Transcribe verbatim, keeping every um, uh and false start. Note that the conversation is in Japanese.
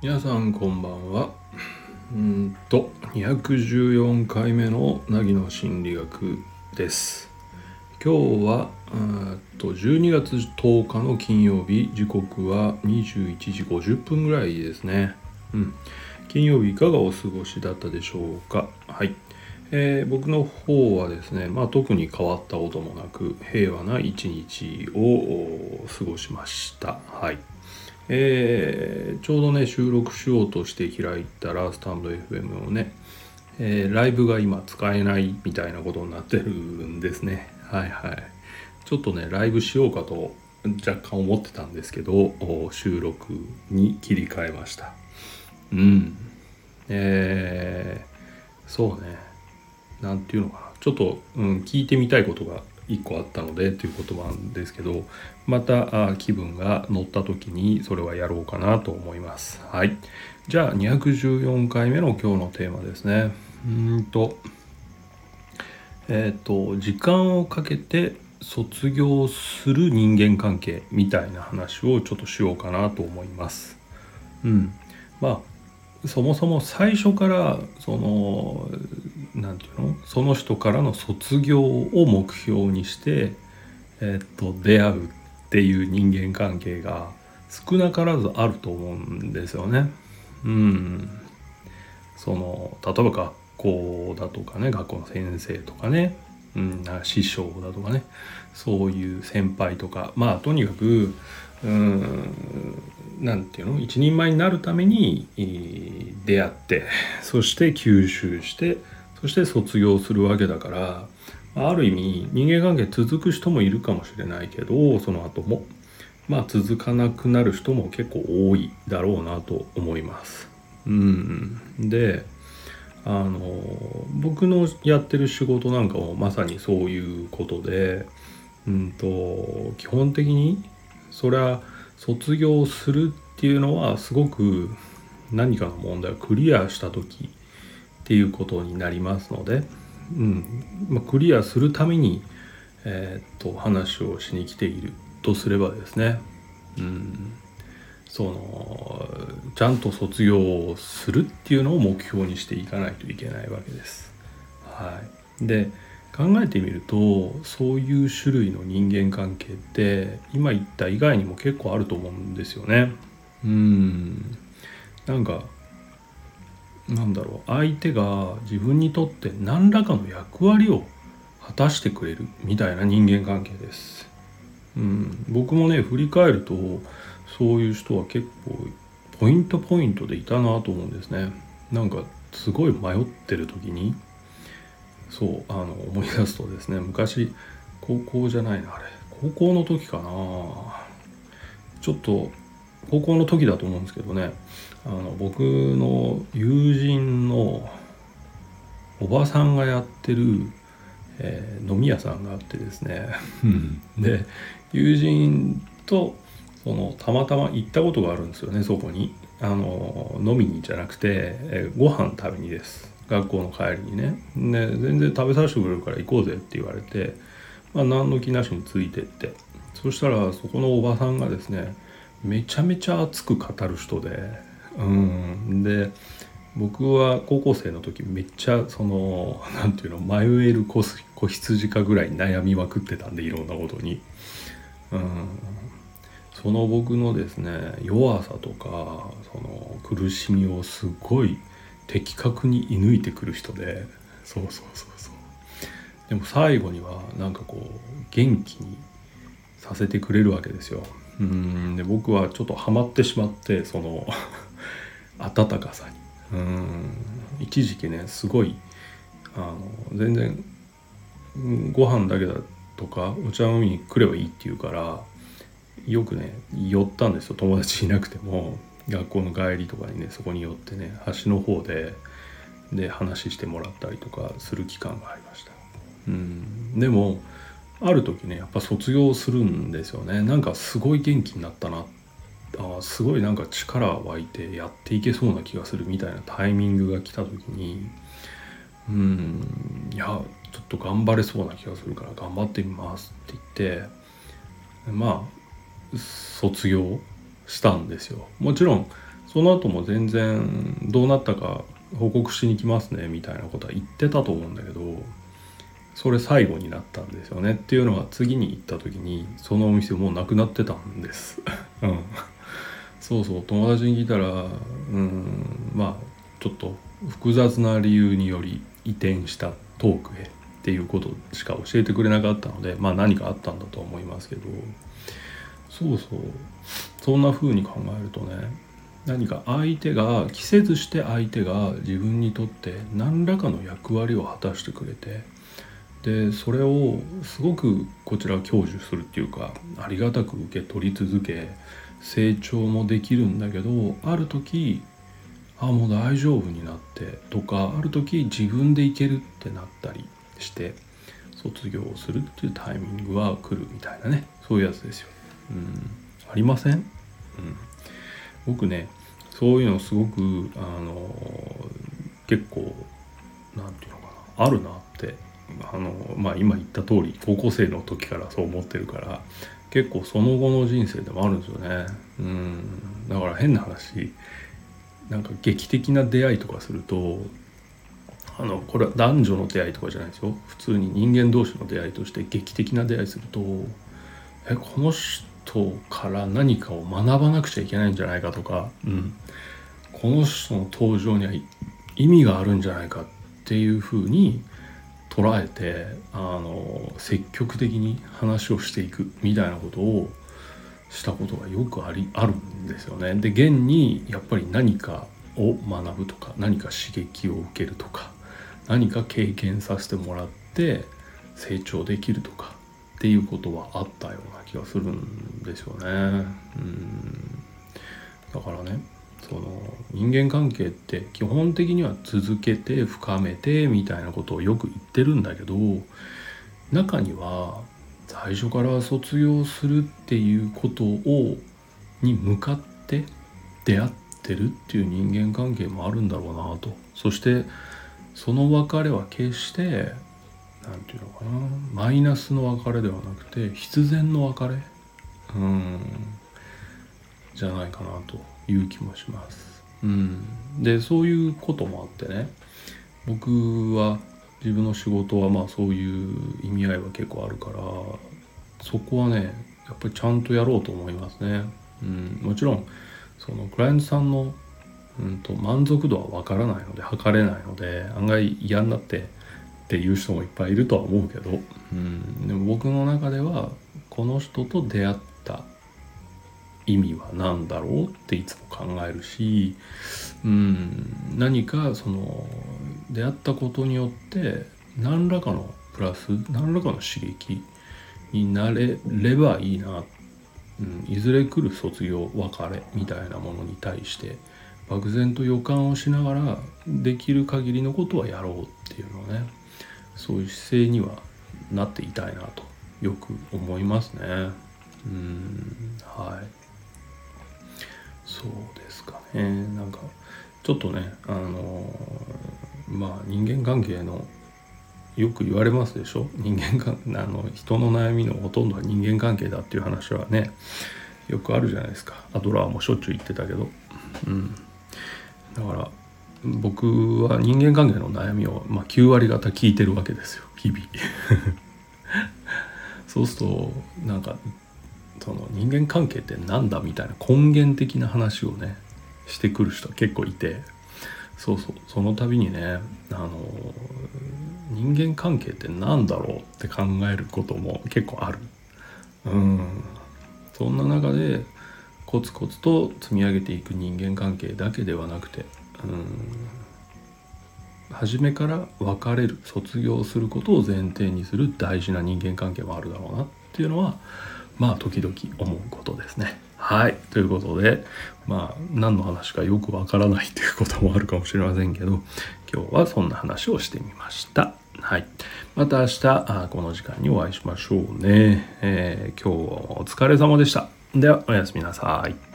皆さんこんばんは。うーんとにひゃくじゅうよんかいめの凪の心理学です。今日はうーんとじゅうにがつとおかの金曜日、時刻はにじゅういちじごじゅっぷんぐらいですね。うん、金曜日いかがお過ごしだったでしょうか。はい、えー僕の方はですね、まあ特に変わったこともなく平和な一日を過ごしました。はい。えーちょうどね収録しようとして開いたらスタンド エフエム をね、えーライブが今使えないみたいなことになってるんですね。はいはい。ちょっとねライブしようかと若干思ってたんですけど、収録に切り替えました。うん。えー、そうね。なんていうのかな、ちょっと、うん、聞いてみたいことがいっこあったのでということなんですけど、またあ気分が乗った時にそれはやろうかなと思います。はい、じゃあにひゃくじゅうよんかいめの今日のテーマですね。うーんとえっ、と時間をかけて卒業する人間関係みたいな話をちょっとしようかなと思います。うん、まあそもそも最初からそのなんていうのその人からの卒業を目標にして、えっと出会うっていう人間関係が少なからずあると思うんですよね。うん、その例えば学校だとかね、学校の先生とかね、うん、師匠だとかね、そういう先輩とか、まあとにかくうーんなんていうの一人前になるために出会って、そして吸収して、そして卒業するわけだから、ある意味人間関係続く人もいるかもしれないけど、その後もまあ続かなくなる人も結構多いだろうなと思います。うん、であの僕のやってる仕事なんかもまさにそういうことで、うんと基本的にそれは卒業するっていうのはすごく何かの問題をクリアした時っていうことになりますので、うんまあ、クリアするために、えーっと話をしに来ているとすればですね、うん、そのちゃんと卒業するっていうのを目標にしていかないといけないわけです。はい、で考えてみるとそういう種類の人間関係って今言った以外にも結構あると思うんですよね。うんなんかなんだろう相手が自分にとって何らかの役割を果たしてくれるみたいな人間関係です。うん、僕もね振り返るとそういう人は結構ポイントポイントでいたなと思うんですね。なんかすごい迷ってる時にそうあの思い出すとですね、昔高校じゃないなあれ高校の時かな、ちょっと高校の時だと思うんですけどね、あの僕の友人のおばさんがやってる、えー飲み屋さんがあってですねで友人とそのたまたま行ったことがあるんですよね、そこに。あの飲みにじゃなくて、えーご飯食べにです。学校の帰りにね。で全然食べさせてくれるから行こうぜって言われて、まあ、何の気なしについてって、そしたらそこのおばさんがですねめちゃめちゃ熱く語る人で、うんで僕は高校生の時めっちゃそのなんていうの迷える子子羊かぐらい悩みまくってたんで、いろんなことに。うんその僕のですね弱さとかその苦しみをすごい的確に射抜いてくる人で、そうそうそうそう、でも最後にはなんかこう元気にさせてくれるわけですよ。うんで僕はちょっとハマってしまって、その温かさに。うん一時期ねすごいあの全然ご飯だけだとかお茶飲みに来ればいいって言うからよくね寄ったんですよ、友達いなくても。学校の帰りとかにねそこに寄ってね端の方でで話してもらったりとかする期間がありました。うんでもある時ねやっぱ卒業するんですよね。なんかすごい元気になったな、あすごいなんか力湧いてやっていけそうな気がするみたいなタイミングが来た時に、うんいやちょっと頑張れそうな気がするから頑張ってみますって言って、まあ卒業したんですよ。もちろんその後も全然どうなったか報告しに来ますねみたいなことは言ってたと思うんだけど、それ最後になったんですよね。っていうのは次に行った時にそのお店もうなくなってたんです、うん、そうそう、友達に聞いたらうんまあちょっと複雑な理由により移転したトークへっていうことしか教えてくれなかったので、まあ何かあったんだと思いますけど、そうそう、そんな風に考えるとね、何か相手が季節して相手が自分にとって何らかの役割を果たしてくれて、でそれをすごくこちらは享受するっていうか、ありがたく受け取り続け成長もできるんだけど、ある時あもう大丈夫になってとか、ある時自分でいけるってなったりして卒業するっていうタイミングは来るみたいなね、そういうやつですよ。うん、ありません？うん、僕ねそういうのすごくあの結構なんていうのかな、あるなってあのまあ今言った通り高校生の時からそう思ってるから、結構その後の人生でもあるんですよね。うん、だから変な話、なんか劇的な出会いとかすると、あのこれは男女の出会いとかじゃないですよ、普通に人間同士の出会いとして劇的な出会いすると、えこの人から何かを学ばなくちゃいけないんじゃないかとか、うん、この人の登場には意味があるんじゃないかっていうふうに捉えて、あの積極的に話をしていくみたいなことをしたことがよくありあるんですよね。で現にやっぱり何かを学ぶとか、何か刺激を受けるとか、何か経験させてもらって成長できるとかっていうことはあったような気がするんですよね。うんだからね、その人間関係って基本的には続けて深めてみたいなことをよく言ってるんだけど、中には最初から卒業するっていうことをに向かって出会ってるっていう人間関係もあるんだろうなと。そしてその別れは決してなんていうのかな、マイナスの別れではなくて必然の別れうんじゃないかなという気もします。うん、でそういうこともあってね、僕は自分の仕事はまあそういう意味合いは結構あるから、そこはねやっぱりちゃんとやろうと思いますね。うん、もちろんそのクライアントさんの、うん、と満足度はわからないので測れないので、案外嫌になってっていう人もいっぱいいるとは思うけど、うん、でも僕の中ではこの人と出会った意味は何だろうっていつも考えるし、うん、何かその出会ったことによって何らかのプラス何らかの刺激になれればいいな、うん、いずれ来る卒業別れみたいなものに対して漠然と予感をしながらできる限りのことはやろうっていうのをね、そういう姿勢にはなっていたいなとよく思いますね。うんはいそうですかね。なんかちょっとねあのまあ人間関係のよく言われますでしょ、人間関あの人の悩みのほとんどは人間関係だっていう話はねよくあるじゃないですか。アドラーもしょっちゅう言ってたけど、うん、だから僕は人間関係の悩みを、まあ、きゅう割方聞いてるわけですよ日々そうするとなんかその人間関係ってなんだみたいな根源的な話をねしてくる人は結構いて、そうそうその度にねあの人間関係ってなんだろうって考えることも結構ある。うんそんな中でコツコツと積み上げていく人間関係だけではなくて、うん初めから別れる卒業することを前提にする大事な人間関係もあるだろうなっていうのはまあ時々思うことですね。はいということでまあ何の話かよくわからないということもあるかもしれませんけど、今日はそんな話をしてみました。はい、また明日あこの時間にお会いしましょうね。えー、今日はお疲れ様でした。ではおやすみなさい。